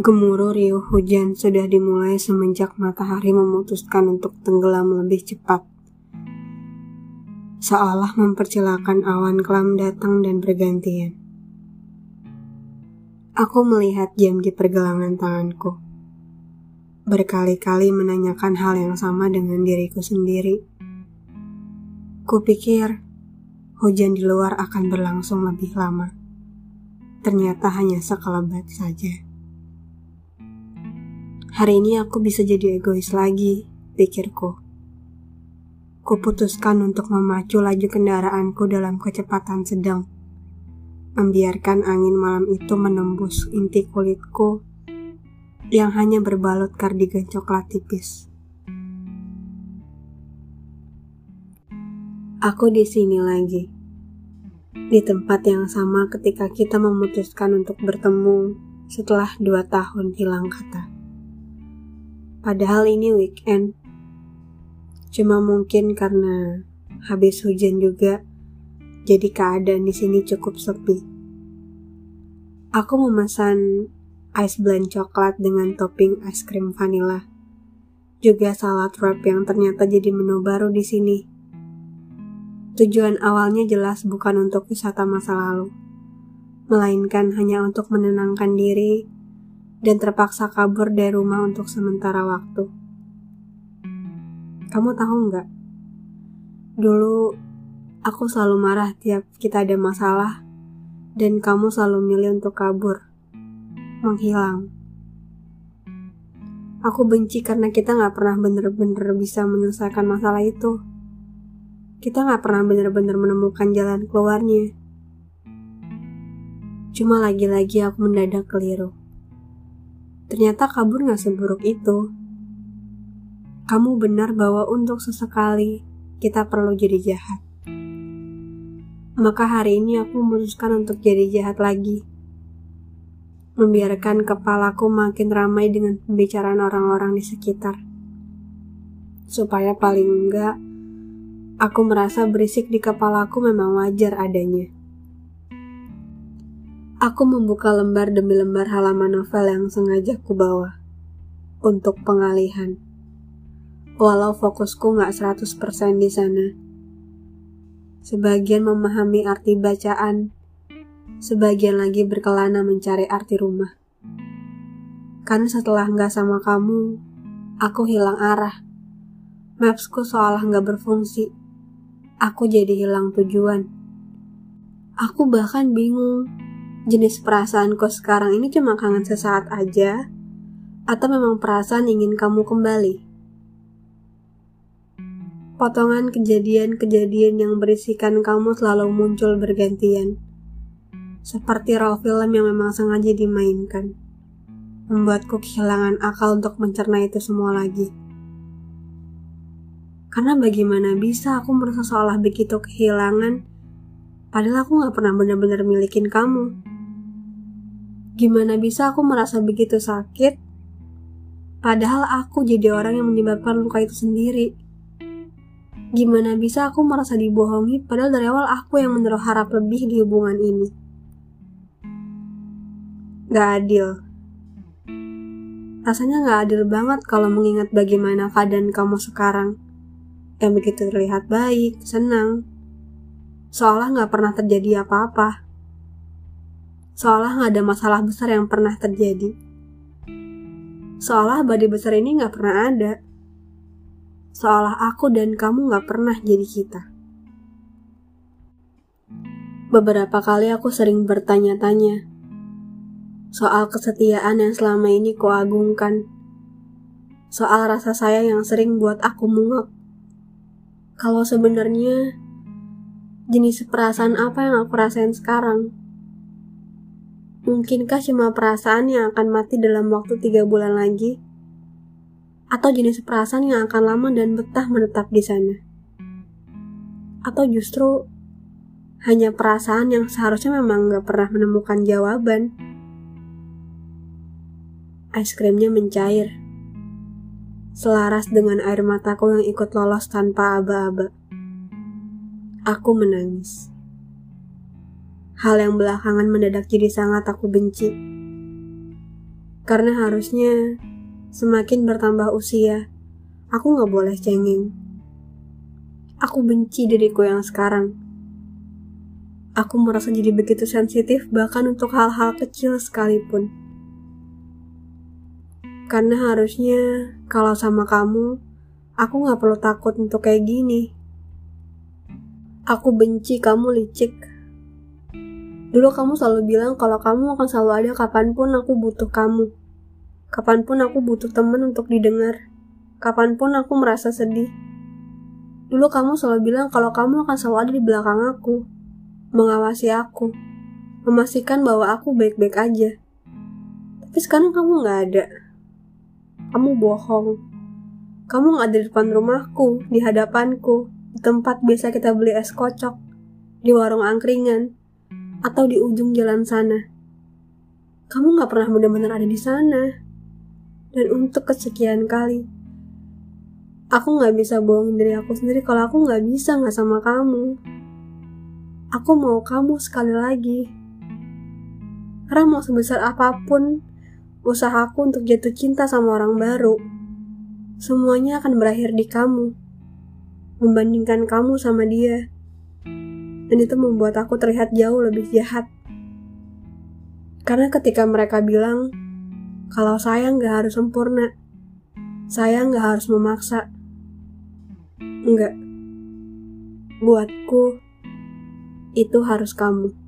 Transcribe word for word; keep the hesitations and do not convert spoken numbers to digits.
Gemuruh riuh hujan sudah dimulai semenjak matahari memutuskan untuk tenggelam lebih cepat. Seolah mempersilahkan awan kelam datang dan bergantian. Aku melihat jam di pergelangan tanganku. Berkali-kali menanyakan hal yang sama dengan diriku sendiri. Kupikir hujan di luar akan berlangsung lebih lama. Ternyata hanya sekelebat saja. Hari ini aku bisa jadi egois lagi, pikirku. Kuputuskan untuk memacu laju kendaraanku dalam kecepatan sedang. Membiarkan angin malam itu menembus inti kulitku yang hanya berbalut kardigan coklat tipis. Aku di sini lagi. Di tempat yang sama ketika kita memutuskan untuk bertemu setelah dua tahun hilang kata. Padahal ini weekend. Cuma mungkin karena habis hujan juga, jadi keadaan di sini cukup sepi. Aku memesan ice blend coklat dengan topping es krim vanilla. Juga salad wrap yang ternyata jadi menu baru di sini. Tujuan awalnya jelas bukan untuk wisata masa lalu, melainkan hanya untuk menenangkan diri dan terpaksa kabur dari rumah untuk sementara waktu. Kamu tahu nggak? Dulu aku selalu marah tiap kita ada masalah dan kamu selalu milih untuk kabur, menghilang. Aku benci karena kita nggak pernah bener-bener bisa menyelesaikan masalah itu. Kita nggak pernah bener-bener menemukan jalan keluarnya. Cuma lagi-lagi aku mendadak keliru. Ternyata kabur gak seburuk itu. Kamu benar bahwa untuk sesekali kita perlu jadi jahat. Maka hari ini aku memutuskan untuk jadi jahat lagi. Membiarkan kepalaku makin ramai dengan pembicaraan orang-orang di sekitar. Supaya paling enggak, aku merasa berisik di kepalaku memang wajar adanya. Aku membuka lembar demi lembar halaman novel yang sengaja kubawa untuk pengalihan. Walau fokusku gak seratus persen di sana. Sebagian memahami arti bacaan, sebagian lagi berkelana mencari arti rumah. Karena setelah gak sama kamu, aku hilang arah. Mapsku seolah gak berfungsi. Aku jadi hilang tujuan. Aku bahkan bingung. Jenis perasaanku sekarang ini cuma kangen sesaat aja, atau memang perasaan ingin kamu kembali? Potongan kejadian-kejadian yang berisikan kamu selalu muncul bergantian, seperti roll film yang memang sengaja dimainkan, membuatku kehilangan akal untuk mencerna itu semua lagi. Karena bagaimana bisa aku merasa seolah begitu kehilangan, padahal aku gak pernah benar-benar milikin kamu. Gimana bisa aku merasa begitu sakit, padahal aku jadi orang yang menyebabkan luka itu sendiri. Gimana bisa aku merasa dibohongi, padahal dari awal aku yang menaruh harap lebih di hubungan ini. Gak adil. Rasanya gak adil banget kalau mengingat bagaimana keadaan kamu sekarang, yang begitu terlihat baik, senang, seolah gak pernah terjadi apa-apa. Seolah gak ada masalah besar yang pernah terjadi. Seolah badai besar ini gak pernah ada. Seolah aku dan kamu gak pernah jadi kita. Beberapa kali aku sering bertanya-tanya soal kesetiaan yang selama ini kuagungkan. Soal rasa sayang yang sering buat aku muak. Kalau sebenarnya jenis perasaan apa yang aku rasain sekarang? Mungkinkah cuma perasaan yang akan mati dalam waktu tiga bulan lagi? Atau jenis perasaan yang akan lama dan betah menetap di sana? Atau justru hanya perasaan yang seharusnya memang gak pernah menemukan jawaban? Es krimnya mencair, selaras dengan air mataku yang ikut lolos tanpa aba-aba. Aku menangis. Hal yang belakangan mendadak jadi sangat aku benci. Karena harusnya semakin bertambah usia, aku gak boleh cengeng. Aku benci diriku yang sekarang. Aku merasa jadi begitu sensitif bahkan untuk hal-hal kecil sekalipun. Karena harusnya kalau sama kamu, aku gak perlu takut untuk kayak gini. Aku benci kamu licik. Dulu kamu selalu bilang kalau kamu akan selalu ada kapanpun aku butuh kamu. Kapanpun aku butuh teman untuk didengar. Kapanpun aku merasa sedih. Dulu kamu selalu bilang kalau kamu akan selalu ada di belakang aku, mengawasi aku, memastikan bahwa aku baik-baik aja. Tapi sekarang kamu gak ada. Kamu bohong. Kamu gak ada di depan rumahku, di hadapanku, di tempat biasa kita beli es kocok, di warung angkringan, atau di ujung jalan sana. Kamu gak pernah benar-benar ada di sana. Dan untuk kesekian kali, aku gak bisa bohongin diri aku sendiri kalau aku gak bisa gak sama kamu. Aku mau kamu sekali lagi. Karena mau sebesar apapun usahaku untuk jatuh cinta sama orang baru, semuanya akan berakhir di kamu, membandingkan kamu sama dia. Dan itu membuat aku terlihat jauh lebih jahat. Karena ketika mereka bilang kalau sayang gak harus sempurna, sayang gak harus memaksa. Enggak. Buatku, itu harus kamu.